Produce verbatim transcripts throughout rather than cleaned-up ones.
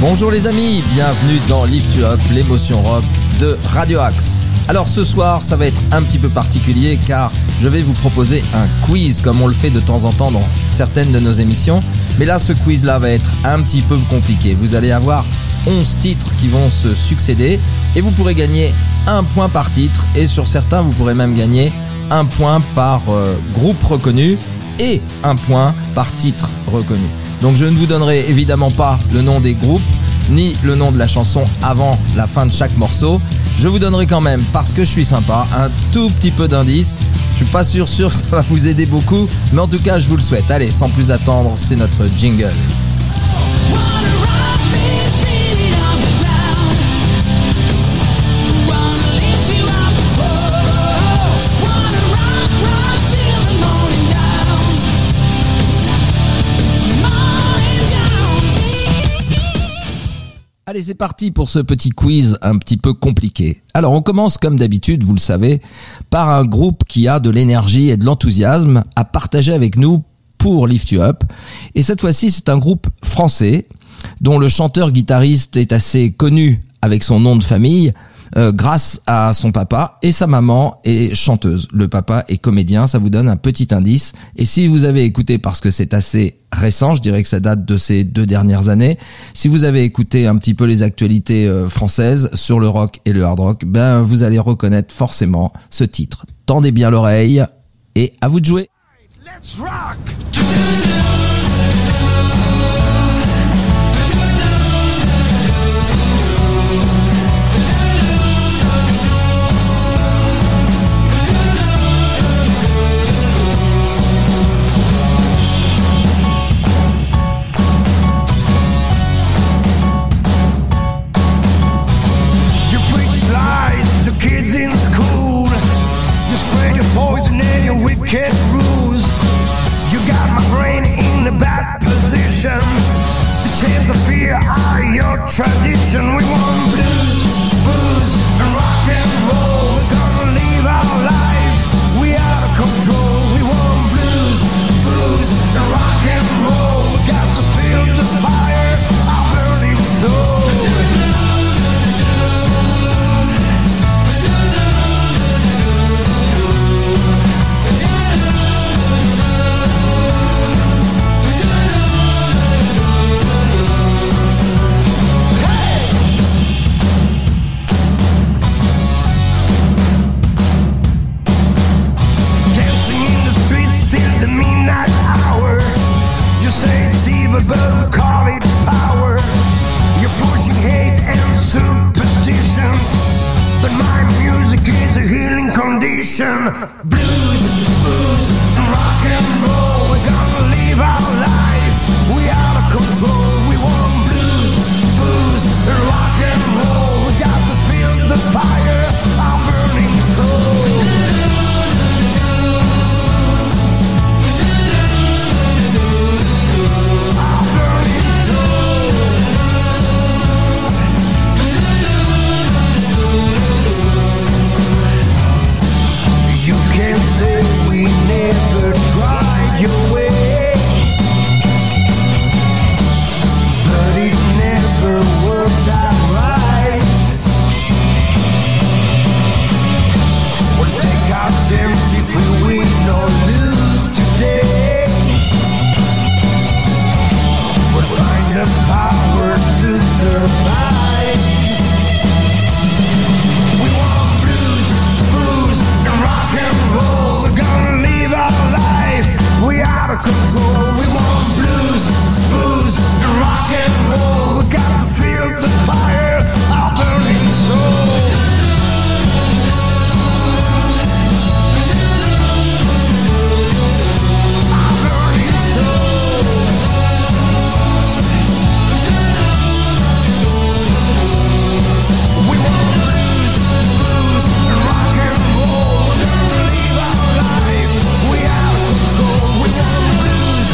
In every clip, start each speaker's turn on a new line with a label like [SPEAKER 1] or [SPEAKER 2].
[SPEAKER 1] Bonjour les amis, bienvenue dans Lift You Up, l'émotion rock de Radio Axe. Alors ce soir, ça va être un petit peu particulier car je vais vous proposer un quiz comme on le fait de temps en temps dans certaines de nos émissions. Mais là, ce quiz-là va être un petit peu compliqué. Vous allez avoir onze titres qui vont se succéder et vous pourrez gagner un point par titre. Et sur certains, vous pourrez même gagner un point par euh, groupe reconnu et un point par titre reconnu. Donc je ne vous donnerai évidemment pas le nom des groupes ni le nom de la chanson avant la fin de chaque morceau. Je vous donnerai quand même, parce que je suis sympa, un tout petit peu d'indices. Je suis pas sûr sûr que ça va vous aider beaucoup, mais en tout cas je vous le souhaite. Allez, sans plus attendre, c'est notre jingle. Allez, c'est parti pour ce petit quiz un petit peu compliqué. Alors, on commence comme d'habitude, vous le savez, par un groupe qui a de l'énergie et de l'enthousiasme à partager avec nous pour Lift You Up. Et cette fois-ci, c'est un groupe français dont le chanteur-guitariste est assez connu avec son nom de famille euh, grâce à son papa, et sa maman est chanteuse. Le papa est comédien, ça vous donne un petit indice. Et si vous avez écouté, parce que c'est assez récent, je dirais que ça date de ces deux dernières années, si vous avez écouté un petit peu les actualités euh, françaises sur le rock et le hard rock, ben vous allez reconnaître forcément ce titre. Tendez bien l'oreille et à vous de jouer. Let's rock!
[SPEAKER 2] Wicked rules. You got my brain in a bad position. The chains of fear are your tradition. We want blues, booze, and rock and roll. We're gonna live our life. We out of control. We want blues, booze, and rock and roll. We got to feel the fire, our burning soul. You say it's evil, but we call it power. You're pushing hate and superstitions, but my music is a healing condition. Blues, booze, and rock and roll. We're gonna live our life. We out of control. We want blues, booze, and rock and roll. We got to feel the fire, our burning soul. Say we never tried your way, but it never worked out right. We'll take our chance if we win or lose today. We'll find the power to survive. We want blues, booze, and rock and roll. We out of control. We want blues, booze, and rock and roll. We got to feel the fire, our burning soul. Our burning soul. We want blues, booze, and rock and roll. We're gonna live our life. We out of control. We want blues,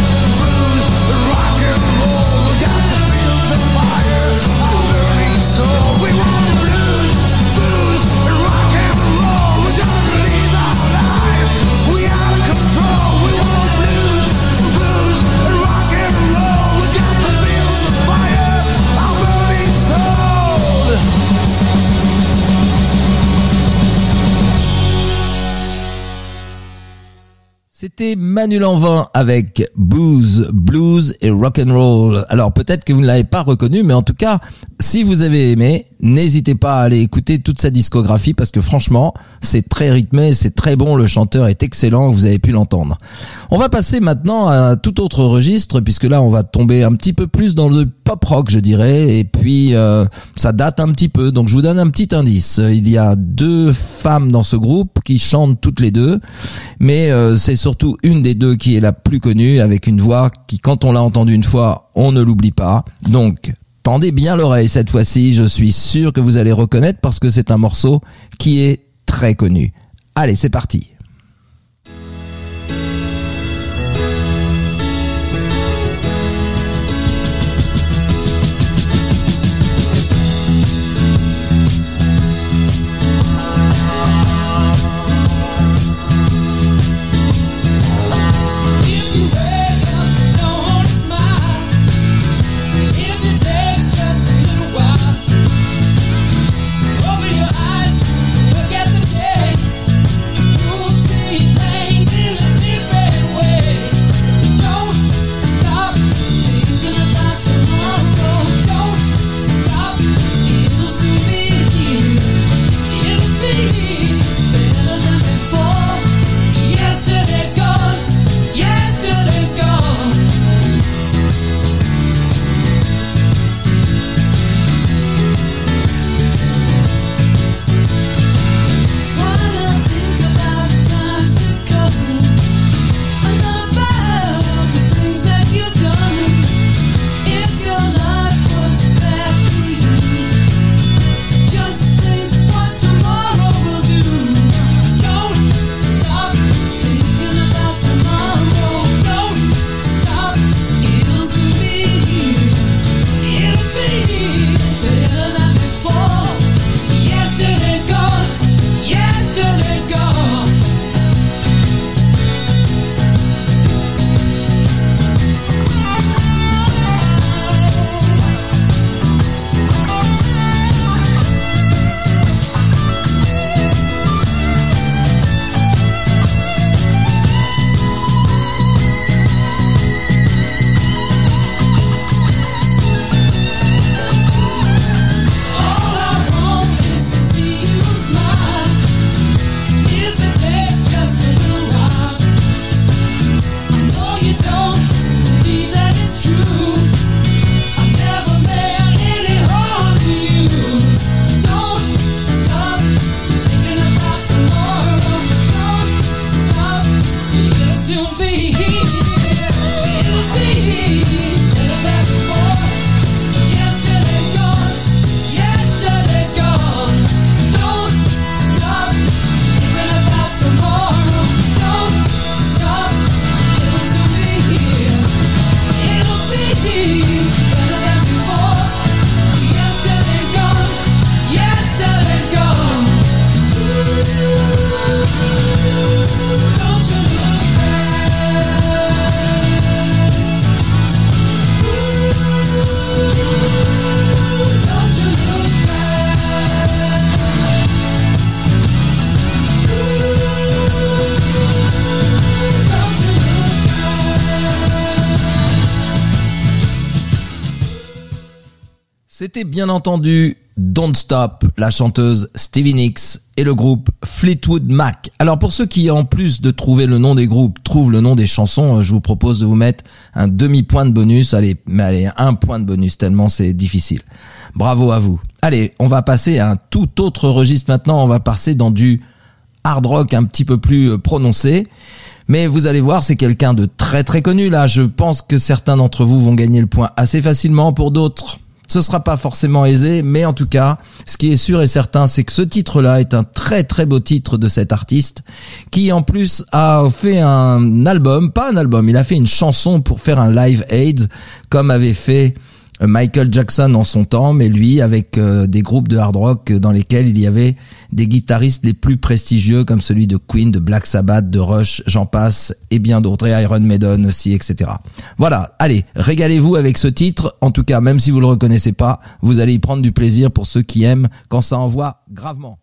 [SPEAKER 1] C'était Manu Lanvin avec Booze, Blues et Rock'n'Roll. Alors peut-être que vous ne l'avez pas reconnu, mais en tout cas, si vous avez aimé, n'hésitez pas à aller écouter toute sa discographie parce que franchement, c'est très rythmé, c'est très bon, le chanteur est excellent, vous avez pu l'entendre. On va passer maintenant à un tout autre registre puisque là on va tomber un petit peu plus dans le pop rock je dirais, et puis euh, ça date un petit peu, donc je vous donne un petit indice. Il y a deux femmes dans ce groupe qui chantent toutes les deux, mais euh, c'est surtout une des deux qui est la plus connue, avec une voix qui, quand on l'a entendue une fois, on ne l'oublie pas. Donc, tendez bien l'oreille cette fois-ci, je suis sûr que vous allez reconnaître parce que c'est un morceau qui est très connu. Allez, c'est parti. C'était bien entendu Don't Stop, la chanteuse Stevie Nicks et le groupe Fleetwood Mac. Alors pour ceux qui, en plus de trouver le nom des groupes, trouvent le nom des chansons, je vous propose de vous mettre un demi-point de bonus. Allez, mais allez, un point de bonus tellement c'est difficile. Bravo à vous. Allez, on va passer à un tout autre registre maintenant. On va passer dans du hard rock un petit peu plus prononcé. Mais vous allez voir, c'est quelqu'un de très très connu là. Je pense que certains d'entre vous vont gagner le point assez facilement. Pour d'autres, ce sera pas forcément aisé, mais en tout cas, ce qui est sûr et certain, c'est que ce titre-là est un très très beau titre de cet artiste, qui en plus a fait un album, pas un album, il a fait une chanson pour faire un Live Aid, comme avait fait Michael Jackson en son temps, mais lui avec euh, des groupes de hard rock dans lesquels il y avait des guitaristes les plus prestigieux comme celui de Queen, de Black Sabbath, de Rush, j'en passe, et bien d'autres, et Iron Maiden aussi, et cetera. Voilà, allez, régalez-vous avec ce titre. En tout cas, même si vous le reconnaissez pas, vous allez y prendre du plaisir pour ceux qui aiment quand ça envoie gravement.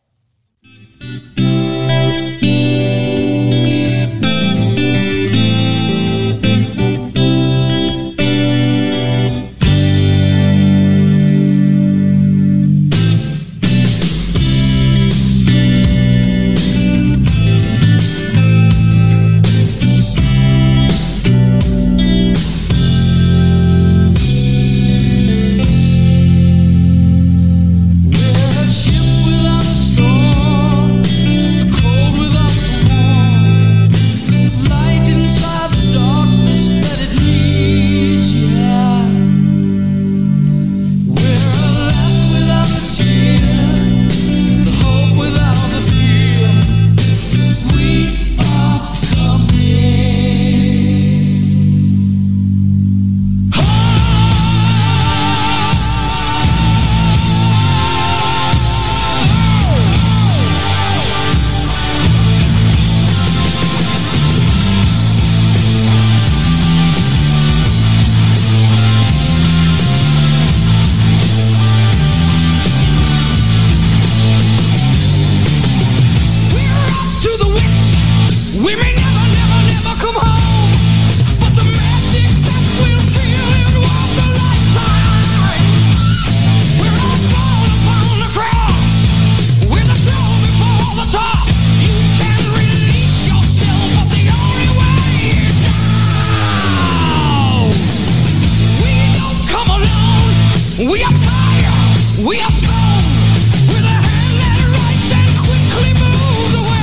[SPEAKER 3] We are strong with a hand that writes and quickly moves away.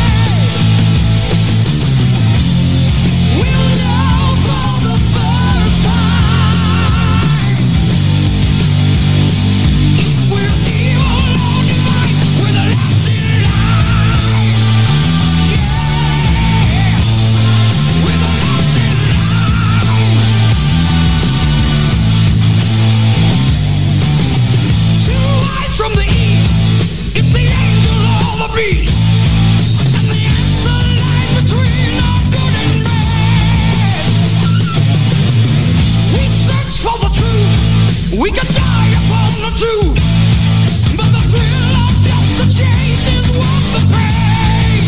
[SPEAKER 3] We'll know for the first time if we're evil or divine with a lasting light. Yeah, with a lasting light. Two eyes from the east, it's the angel or the beast, and the answer lies between our good and bad. We search for the truth, we could die upon the truth, but the thrill of just the chase is worth the pain.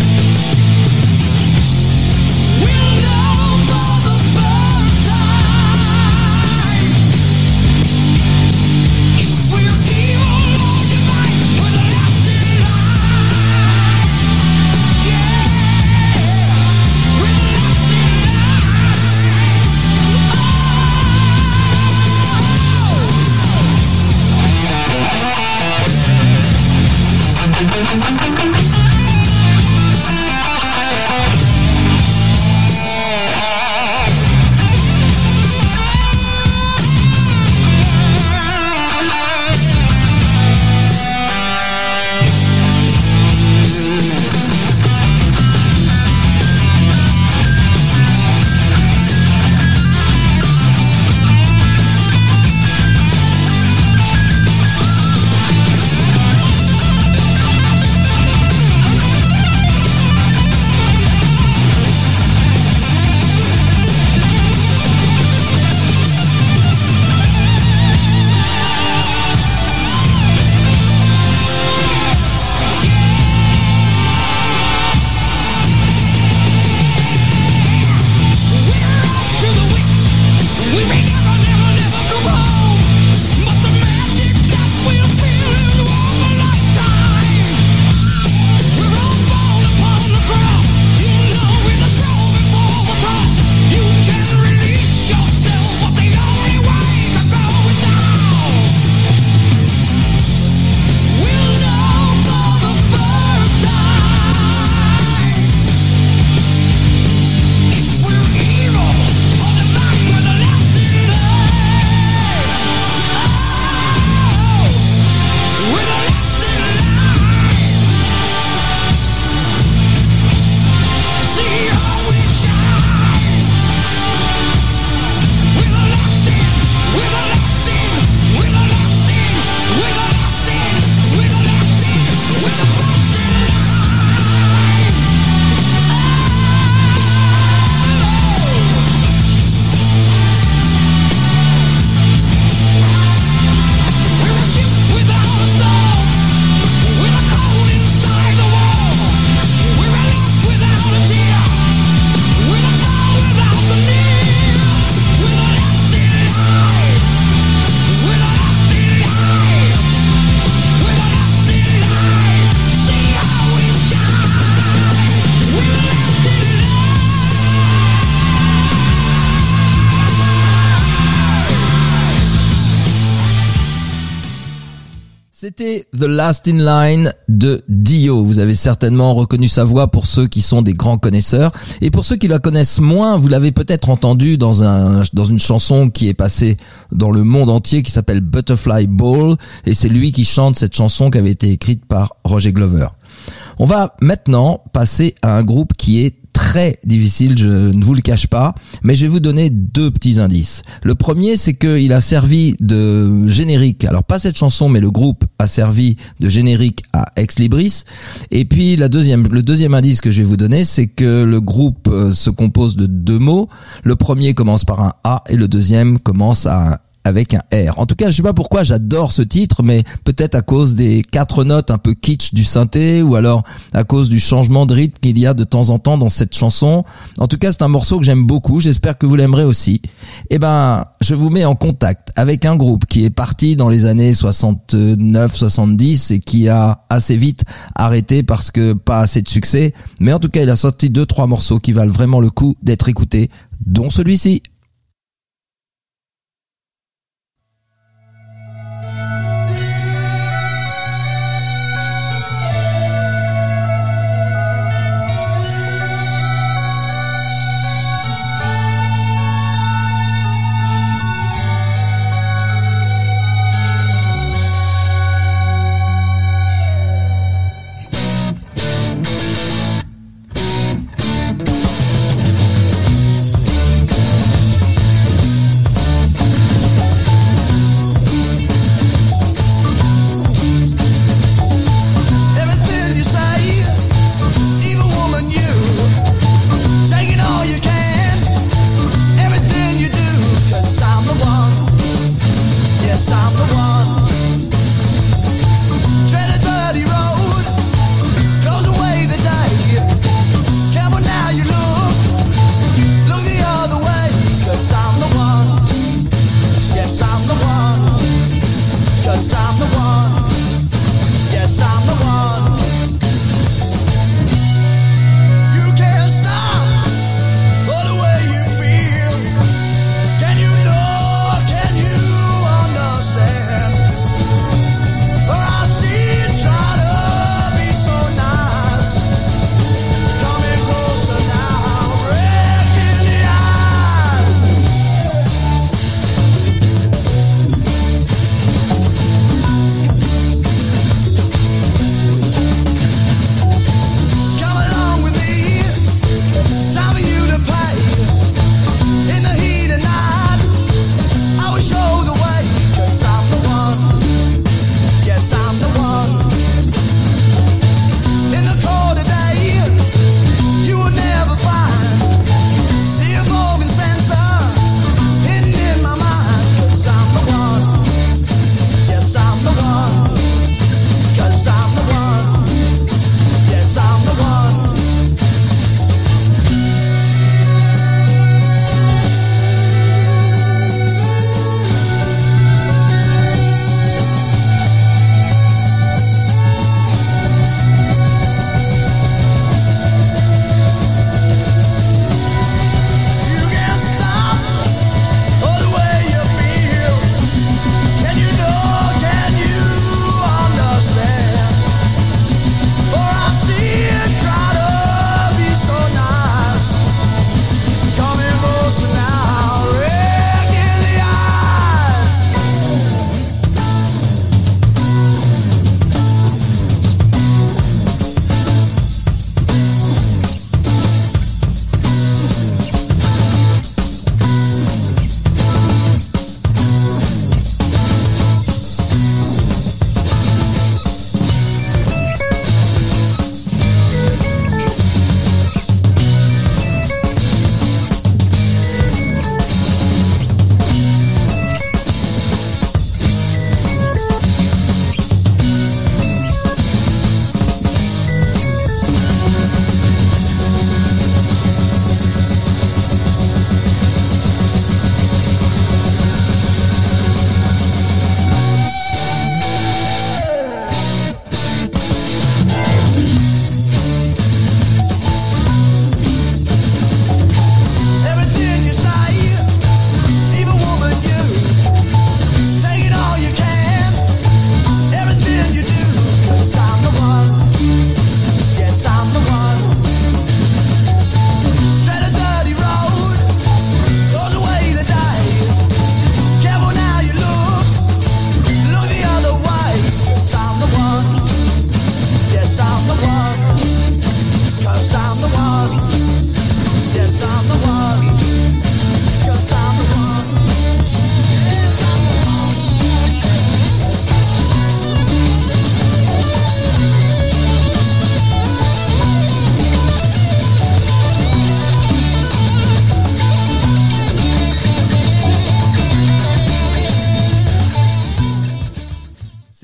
[SPEAKER 3] We'll know for the first time if we're evil or divine with a lasting light. Yeah, with a lasting light.
[SPEAKER 1] C'était The Last in Line de Dio. Vous avez certainement reconnu sa voix pour ceux qui sont des grands connaisseurs. Et pour ceux qui la connaissent moins, vous l'avez peut-être entendu dans un, dans une chanson qui est passée dans le monde entier qui s'appelle Butterfly Ball. Et c'est lui qui chante cette chanson qui avait été écrite par Roger Glover. On va maintenant passer à un groupe qui est très difficile, je ne vous le cache pas, mais je vais vous donner deux petits indices. Le premier, c'est qu'il a servi de générique, alors pas cette chanson, mais le groupe a servi de générique à Ex Libris. Et puis la deuxième, le deuxième indice que je vais vous donner, c'est que le groupe se compose de deux mots. Le premier commence par un A et le deuxième commence à un avec un R. En tout cas, je sais pas pourquoi j'adore ce titre, mais peut-être à cause des quatre notes un peu kitsch du synthé, ou alors à cause du changement de rythme qu'il y a de temps en temps dans cette chanson. En tout cas, c'est un morceau que j'aime beaucoup, j'espère que vous l'aimerez aussi. Eh ben, je vous mets en contact avec un groupe qui est parti dans les années soixante-neuf soixante-dix et qui a assez vite arrêté parce que pas assez de succès. Mais en tout cas, il a sorti deux, trois morceaux qui valent vraiment le coup d'être écoutés, dont celui-ci.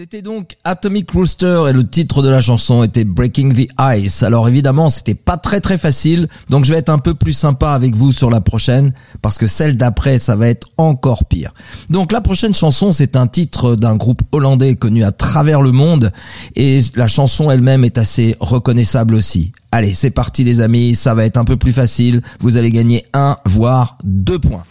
[SPEAKER 1] C'était donc Atomic Rooster et le titre de la chanson était Breaking the Ice. Alors évidemment, c'était pas très très facile, donc je vais être un peu plus sympa avec vous sur la prochaine, parce que celle d'après, ça va être encore pire. Donc la prochaine chanson, c'est un titre d'un groupe hollandais connu à travers le monde, et la chanson elle-même est assez reconnaissable aussi. Allez, c'est parti les amis, ça va être un peu plus facile, vous allez gagner un, voire deux points.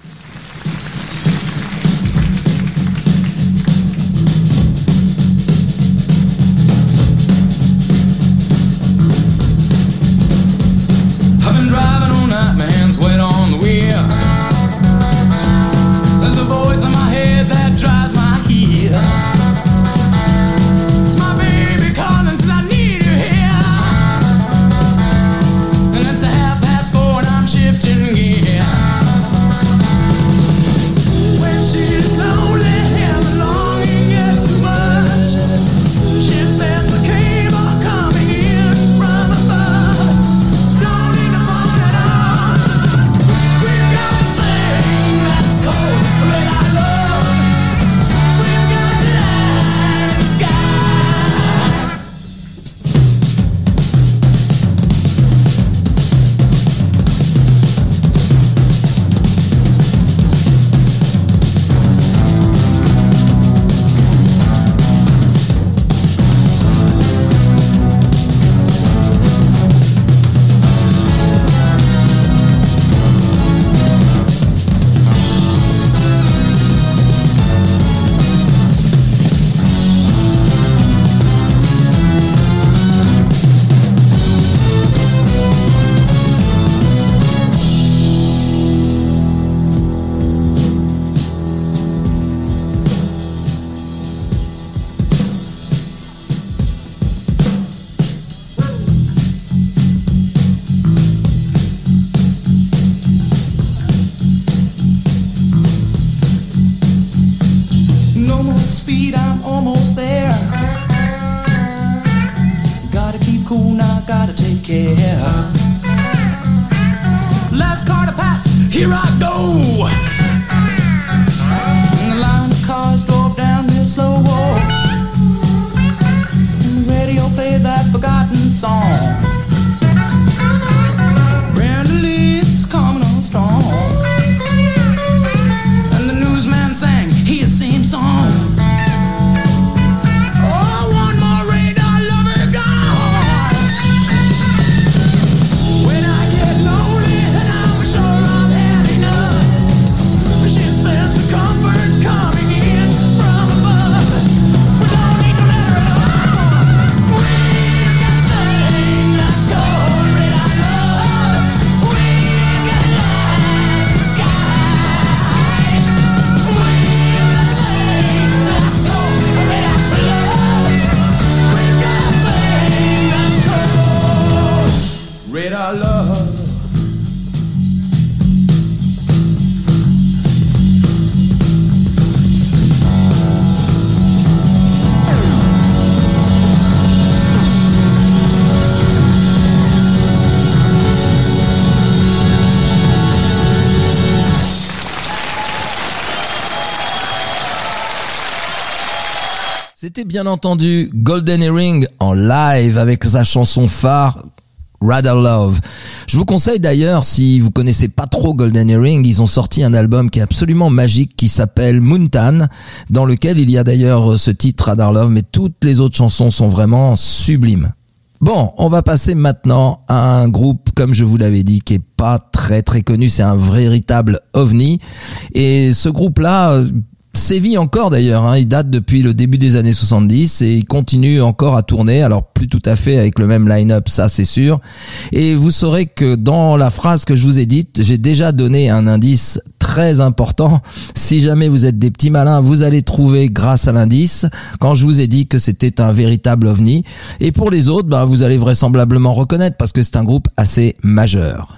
[SPEAKER 1] C'était bien entendu Golden Earring en live avec sa chanson phare Rather Love. Je vous conseille d'ailleurs, si vous connaissez pas trop Golden Earring, ils ont sorti un album qui est absolument magique qui s'appelle Mountain, dans lequel il y a d'ailleurs ce titre Rather Love, mais toutes les autres chansons sont vraiment sublimes. Bon, on va passer maintenant à un groupe, comme je vous l'avais dit, qui est pas très très connu, c'est un véritable ovni, et ce groupe-là sévit encore d'ailleurs, hein. Il date depuis le début des années soixante-dix et il continue encore à tourner, alors plus tout à fait avec le même line-up, ça c'est sûr. Et vous saurez que dans la phrase que je vous ai dite, j'ai déjà donné un indice très important. Si jamais vous êtes des petits malins, vous allez trouver grâce à l'indice quand je vous ai dit que c'était un véritable ovni. Et pour les autres, ben, vous allez vraisemblablement reconnaître parce que c'est un groupe assez majeur.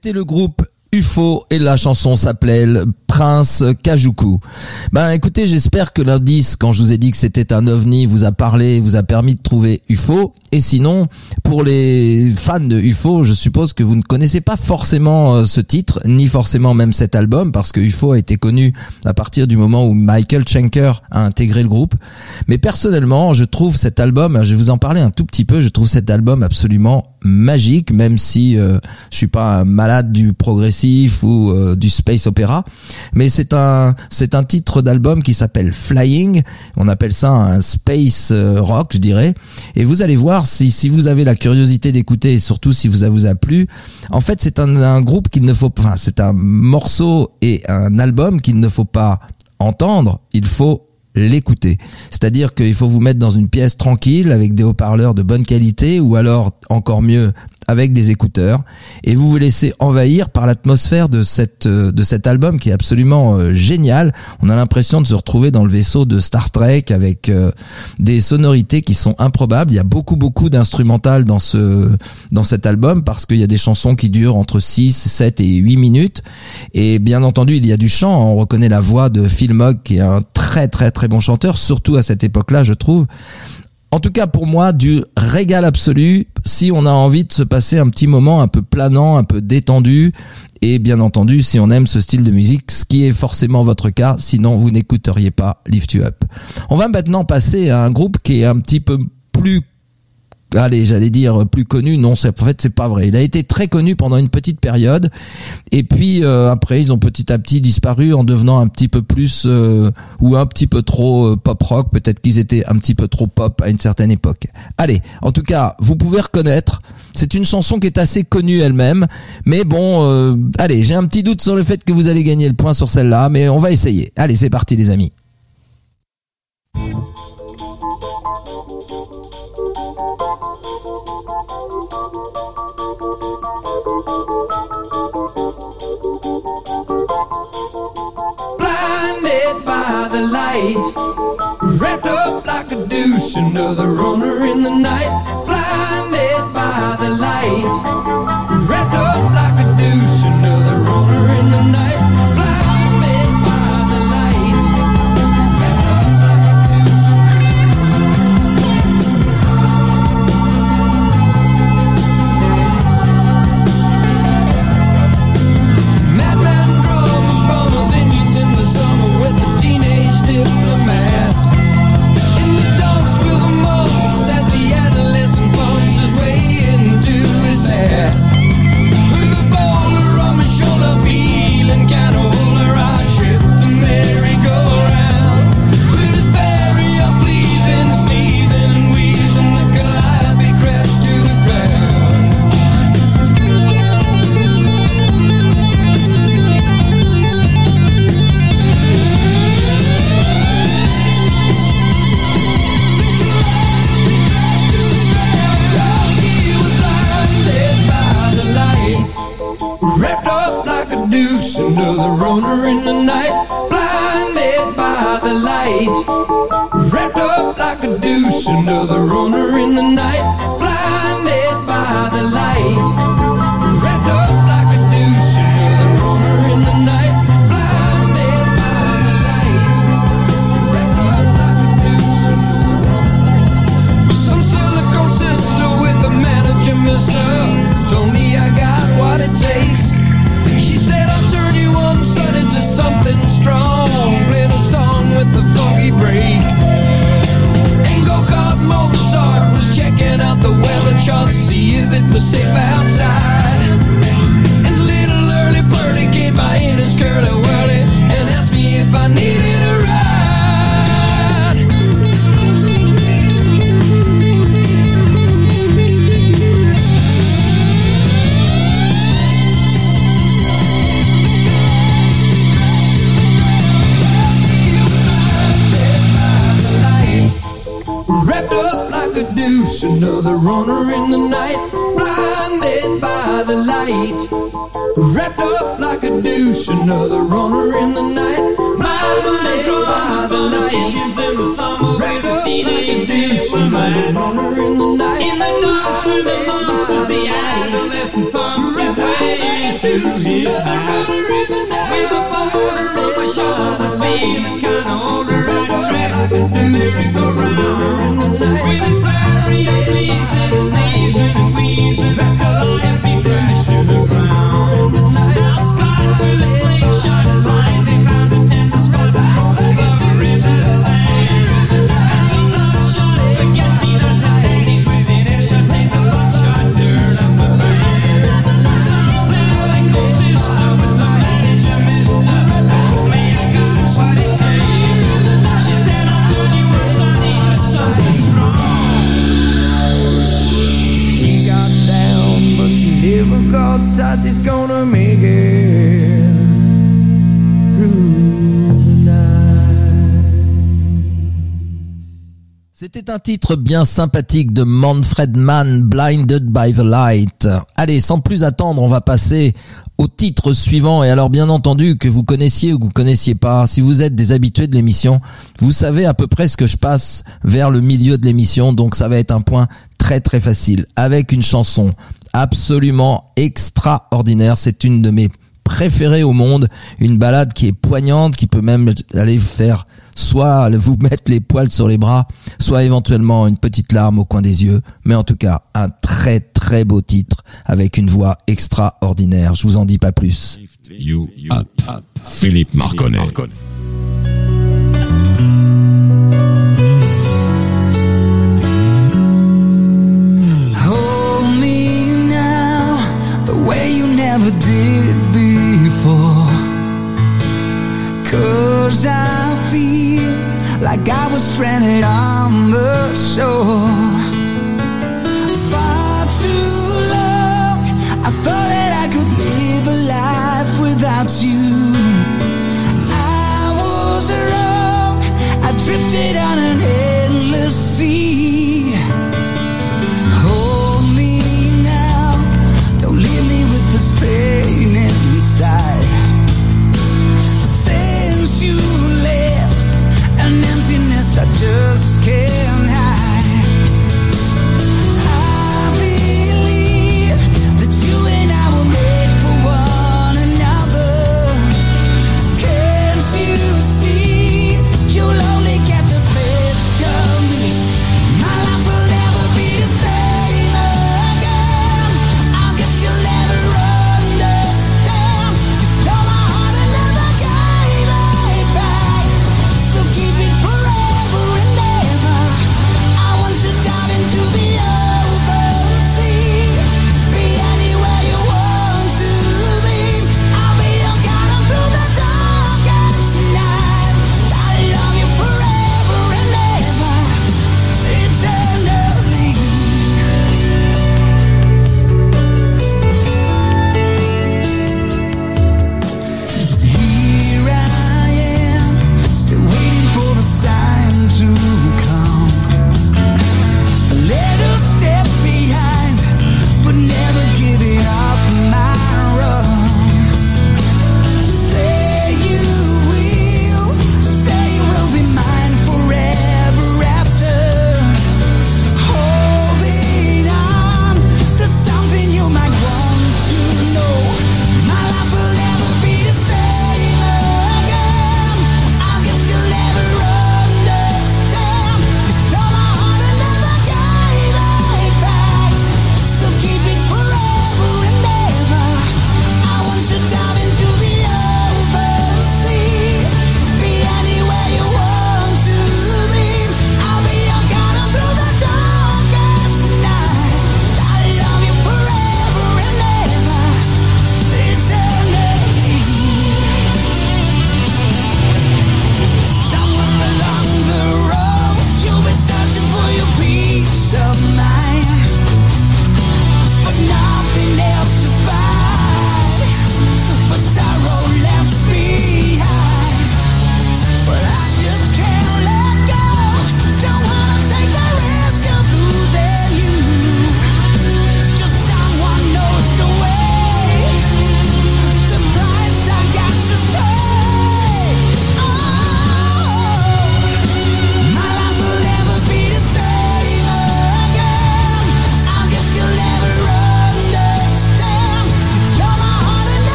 [SPEAKER 1] C'était le groupe U F O et la chanson s'appelait Prince Kajuku. Ben écoutez, j'espère que l'indice, quand je vous ai dit que c'était un ovni, vous a parlé, vous a permis de trouver U F O. Et sinon, pour les fans de U F O, je suppose que vous ne connaissez pas forcément ce titre, ni forcément même cet album, parce que U F O a été connu à partir du moment où Michael Schenker a intégré le groupe. Mais personnellement, je trouve cet album, je vais vous en parler un tout petit peu, je trouve cet album absolument magique, même si euh, je suis pas un malade du progressif ou euh, du space opéra, mais c'est un c'est un titre d'album qui s'appelle Flying. On appelle ça un space rock, je dirais. Et vous allez voir, si si vous avez la curiosité d'écouter et surtout si vous vous a plu, en fait c'est un, un groupe qu'il ne faut pas, enfin c'est un morceau et un album qu'il ne faut pas entendre, il faut l'écouter. C'est-à-dire qu'il faut vous mettre dans une pièce tranquille avec des haut-parleurs de bonne qualité ou alors encore mieux avec des écouteurs et vous vous laissez envahir par l'atmosphère de cette de cet album qui est absolument euh, génial. On a l'impression de se retrouver dans le vaisseau de Star Trek avec euh, des sonorités qui sont improbables. Il y a beaucoup beaucoup d'instrumental dans ce dans cet album parce qu'il y a des chansons qui durent entre six, sept et huit minutes et bien entendu, il y a du chant. On reconnaît la voix de Phil Mogg qui est un très très très bon chanteur, surtout à cette époque-là, je trouve. En tout cas, pour moi, du régal absolu si on a envie de se passer un petit moment un peu planant, un peu détendu et bien entendu, si on aime ce style de musique, ce qui est forcément votre cas, sinon vous n'écouteriez pas Lift You Up. On va maintenant passer à un groupe qui est un petit peu plus allez, j'allais dire plus connu, non, c'est, en fait c'est pas vrai. Il a été très connu pendant une petite période et puis euh, après ils ont petit à petit disparu en devenant un petit peu plus euh, ou un petit peu trop euh, pop rock, peut-être qu'ils étaient un petit peu trop pop à une certaine époque. Allez, en tout cas, vous pouvez reconnaître, c'est une chanson qui est assez connue elle-même, mais bon, euh, allez, j'ai un petit doute sur le fait que vous allez gagner le point sur celle-là, mais on va essayer. Allez, c'est parti les amis.
[SPEAKER 3] Blinded by the lights, wrapped up like a douche, another runner in the night. Blinded by the lights, wrapped up like a douche, another runner in the night. Blinded by the lights, wrapped up like a douche. Madman drummers, bummers, Indians in the summer with the teenage diplomat. In the dumps with the monks as the adolescent bumps his way into his hat. With a boulder on my shoulder, feeling kind of older, I trip the merry-go-round. With his very unpleasing sneezing and wheezing, the calliope crashed to the ground. He was blinded by the lights, wrapped up like a douche, another runner in the night. Blinded by the lights, wrapped up like a douche, another runner in the night. Blinded by the lights, wrapped up like a douche, another runner in the night. Blinded by the lights, wrapped up like a douche, another runner. Some silicone sister with a manager, mister, told me I got what it takes. She said I'll turn you on the sun into something strong. Play the song with the funky break. And go-kart Mozart was checking out the weather chart to see if it was safe outside. And little early birdie came by in his curly whirly and asked me if I needed a ride. Wrapped up like a douche, another runner in the night. Blinded by the lights, wrapped up like a douche, another runner in the night. Blinded by the lights, wrapped up like a douche, another runner in the night. In the dark with the monks as the adolescent and pumps his way to his back. With a boulder on my shoulder, feeling kinda older, I track the merry-go-round. With his flurry of pleasing, sneezing and wheezing, the Calliope crashed to the ground. Now Scott with a slingshot finally found a tender spot for the lover in the sand. And some bloodshot forget-me-nots and ladies within earshots in the buckshot turn up the band. Some cynical sister with the manager, mister, told me I got what it takes. She said, I told you once, honey, that something's wrong. She got down, but she never got touched. It's gonna make it through the night.
[SPEAKER 1] C'était un titre bien sympathique de Manfred Mann, Blinded by the Light. Allez, sans plus attendre, on va passer au titre suivant. Et alors, bien entendu, que vous connaissiez ou que vous connaissiez pas, si vous êtes des habitués de l'émission, vous savez à peu près ce que je passe vers le milieu de l'émission. Donc, ça va être un point très très facile. Avec une chanson absolument extraordinaire. C'est une de mes préférées au monde. Une ballade qui est poignante, qui peut même aller faire soit vous mettre les poils sur les bras, soit éventuellement une petite larme au coin des yeux, mais en tout cas un très très beau titre avec une voix extraordinaire. Je vous en dis pas plus.
[SPEAKER 4] You up, up. Philippe Marconnet.
[SPEAKER 2] Hold me now, the way you never did before. 'Cause I feel like I was stranded on the shore. Far too long, I thought that I could live a life without you. I was wrong, I drifted on an endless sea. Hold me now, don't leave me with this pain inside. Since you left, an emptiness I just can't hide. I believe that you and I were made for one another. Can't you see, you'll only get the best of me. My life will never be the same again. I guess you'll never understand. You stole my heart and never gave it back. So keep it forever and ever.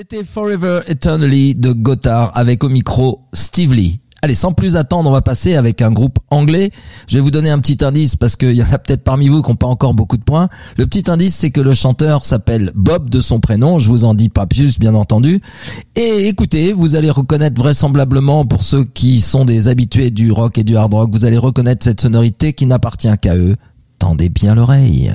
[SPEAKER 1] C'était Forever Eternally de Gotthard avec au micro Steve Lee. Allez, sans plus attendre, on va passer avec un groupe anglais. Je vais vous donner un petit indice parce qu'il y en a peut-être parmi vous qui n'ont pas encore beaucoup de points. Le petit indice, c'est que le chanteur s'appelle Bob de son prénom. Je vous en dis pas plus, bien entendu. Et écoutez, vous allez reconnaître vraisemblablement, pour ceux qui sont des habitués du rock et du hard rock, vous allez reconnaître cette sonorité qui n'appartient qu'à eux. Tendez bien l'oreille.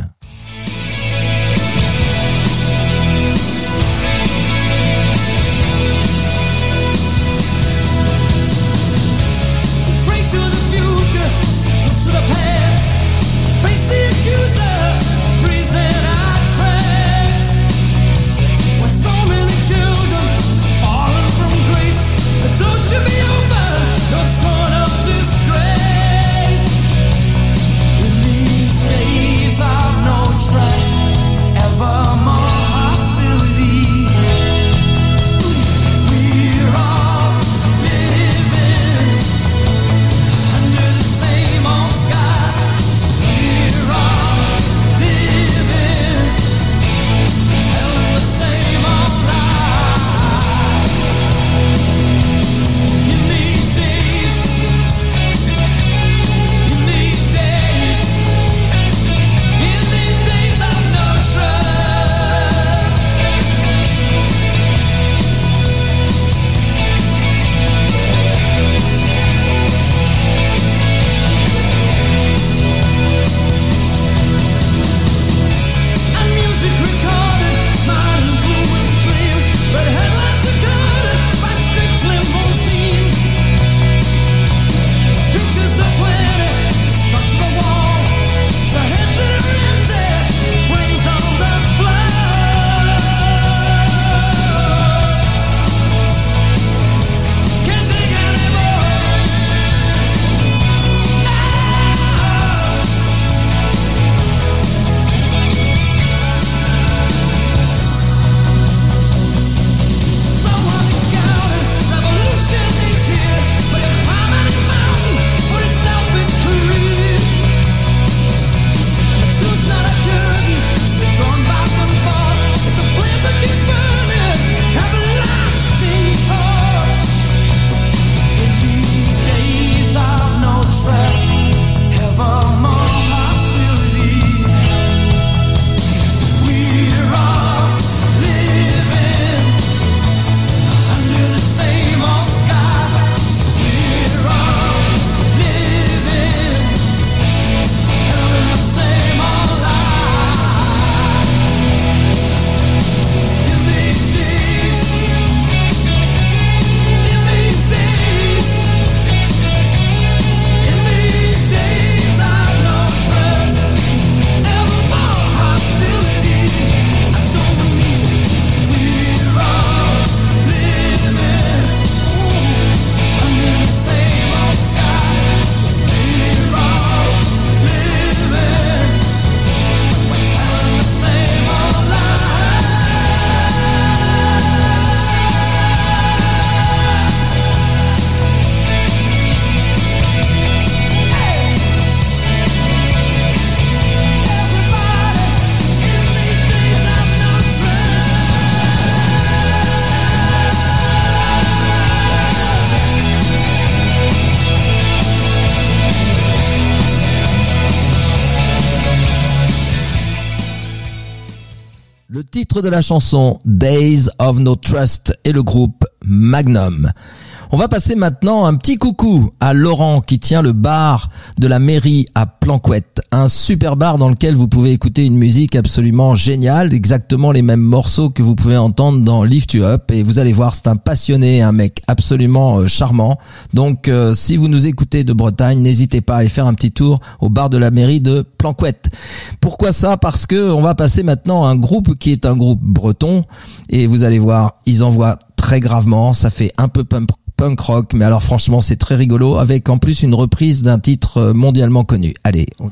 [SPEAKER 1] Le titre de la chanson Days of No Trust et le groupe Magnum. On va passer maintenant un petit coucou à Laurent qui tient le bar de la mairie à Planquette. Un super bar dans lequel vous pouvez écouter une musique absolument géniale, exactement les mêmes morceaux que vous pouvez entendre dans Lift You Up. Et vous allez voir, c'est un passionné, un mec absolument euh, charmant. Donc euh, si vous nous écoutez de Bretagne, n'hésitez pas à aller faire un petit tour au bar de la mairie de Planquette. Pourquoi ça? Parce que on va passer maintenant à un groupe qui est un groupe breton. Et vous allez voir, ils envoient très gravement, ça fait un peu pump punk rock, mais alors franchement c'est très rigolo, avec en plus une reprise d'un titre mondialement connu. Allez, on...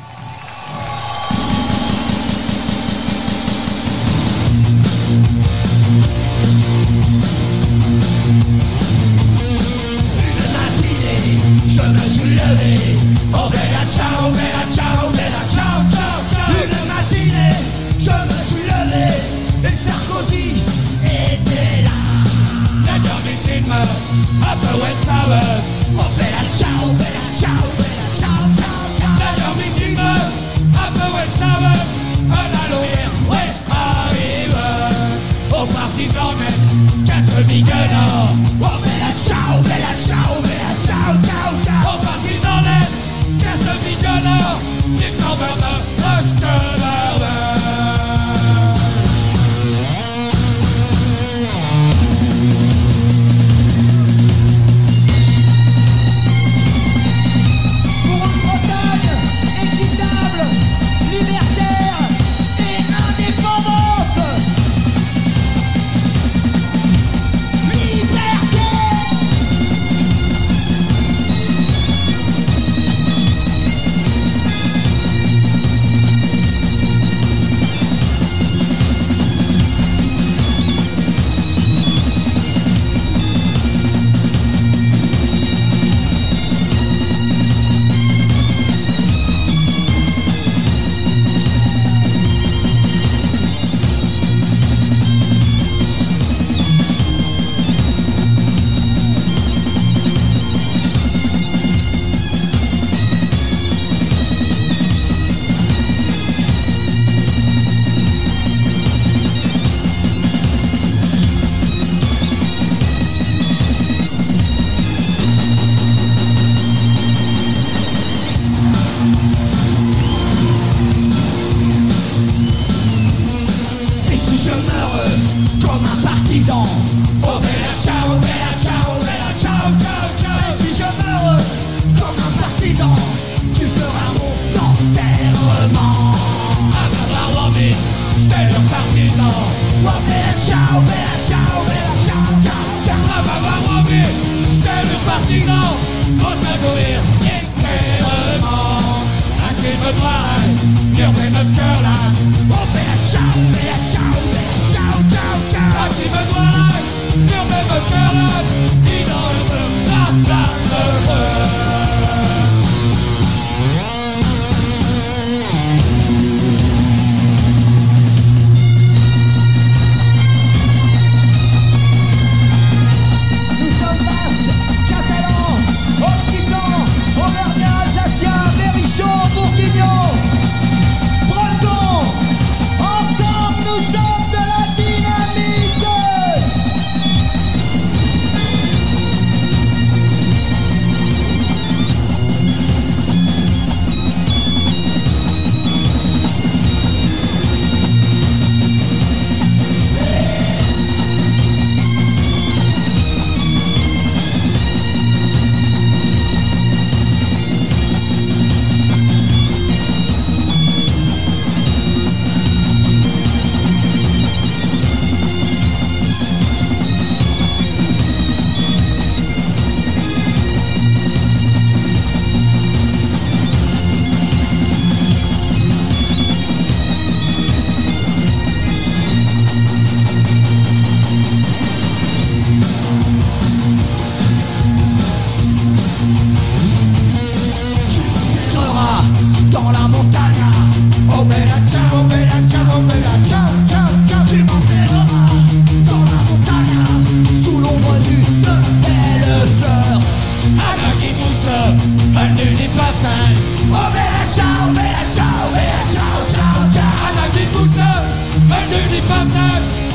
[SPEAKER 2] Je me suis levé, on fait la ciao, mais la ciao, mais la ciao, ciao, ciao. Une matinée, je me suis levé, et Sarkozy était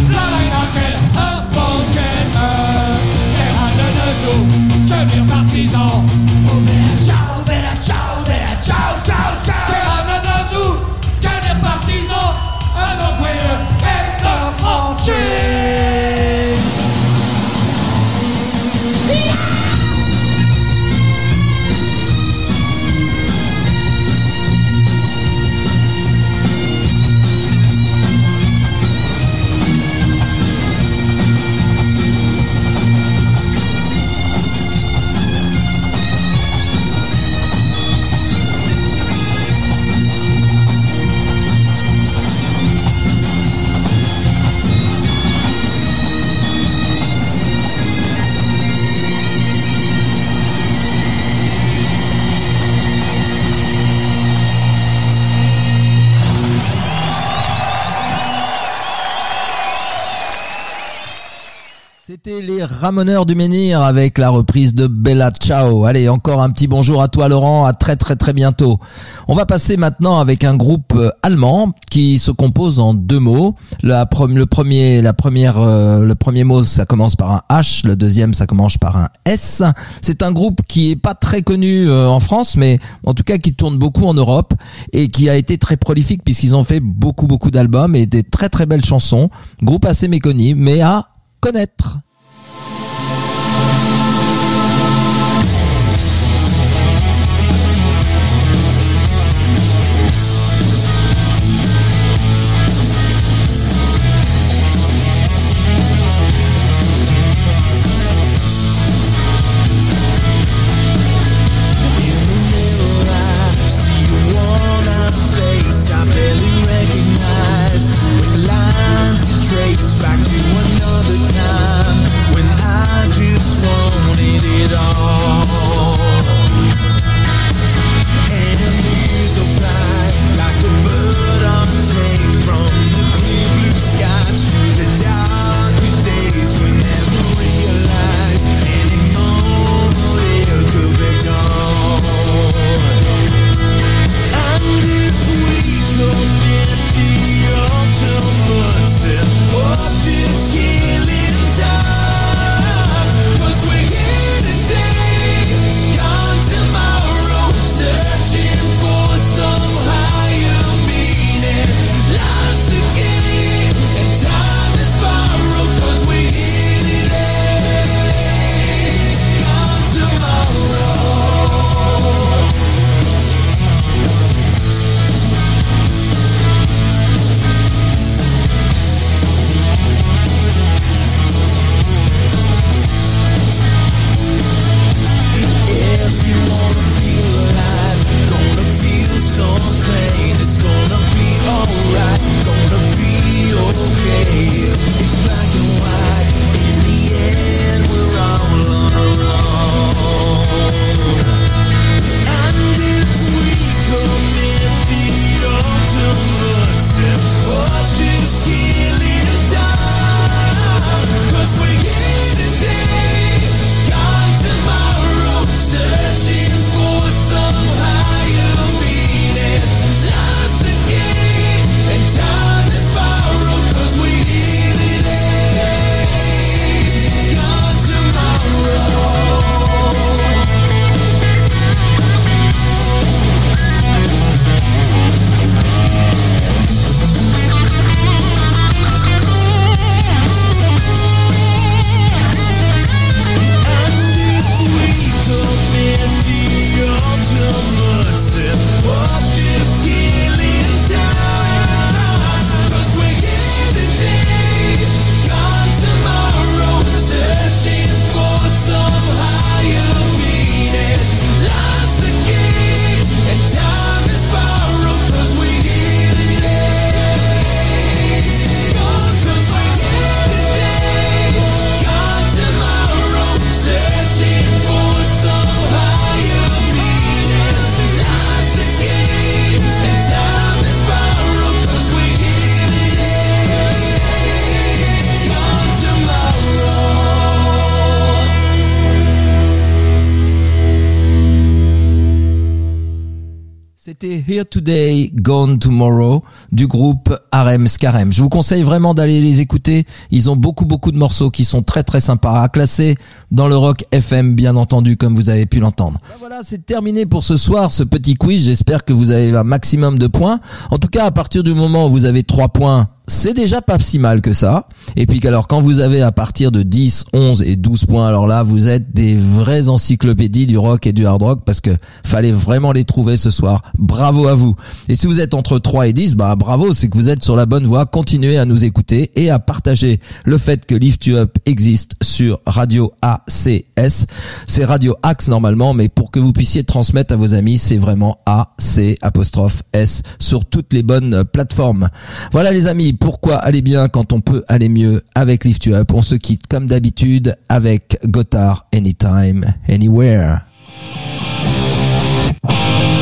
[SPEAKER 3] la reine qu'elle un bon qu'elle meurt. Terrain de Neusou, que dire partisan. Oh bella ciao, bella ciao, bella ciao, ciao, ciao. Terrain de Neusou, que dire partisan. Un son queer et un franchi.
[SPEAKER 1] C'était les Ramoneurs du Menhir avec la reprise de Bella Ciao. Allez, encore un petit bonjour à toi Laurent, à très très très bientôt. On va passer maintenant avec un groupe allemand qui se compose en deux mots. La pre- le premier, la première, euh, le premier mot ça commence par un H, le deuxième ça commence par un S. C'est un groupe qui est pas très connu euh, en France, mais en tout cas qui tourne beaucoup en Europe et qui a été très prolifique puisqu'ils ont fait beaucoup beaucoup d'albums et des très très belles chansons. Groupe assez méconnu, mais à connaître.
[SPEAKER 5] Back to another time.
[SPEAKER 1] Here Today, Gone Tomorrow du groupe Harem Scarem. Je vous conseille vraiment d'aller les écouter. Ils ont beaucoup beaucoup de morceaux qui sont très très sympas à classer dans le rock F M, bien entendu, comme vous avez pu l'entendre. Ben voilà, c'est terminé pour ce soir, ce petit quiz. J'espère que vous avez un maximum de points. En tout cas, à partir du moment où vous avez trois points, c'est déjà pas si mal que ça. Et puis alors quand vous avez à partir de dix, onze et douze points, alors là vous êtes des vraies encyclopédies du rock et du hard rock, parce que fallait vraiment les trouver ce soir. Bravo à vous. Et si vous êtes entre trois et dix, bah bravo, c'est que vous êtes sur la bonne voie. Continuez à nous écouter et à partager le fait que Lift You Up existe sur Radio A C S. C'est Radio Axe normalement, mais pour que vous puissiez transmettre à vos amis, c'est vraiment A C apostrophe S sur toutes les bonnes plateformes. Voilà les amis, pourquoi aller bien quand on peut aller mieux avec Lift You Up. On se quitte comme d'habitude avec Gotthard, Anytime, Anywhere.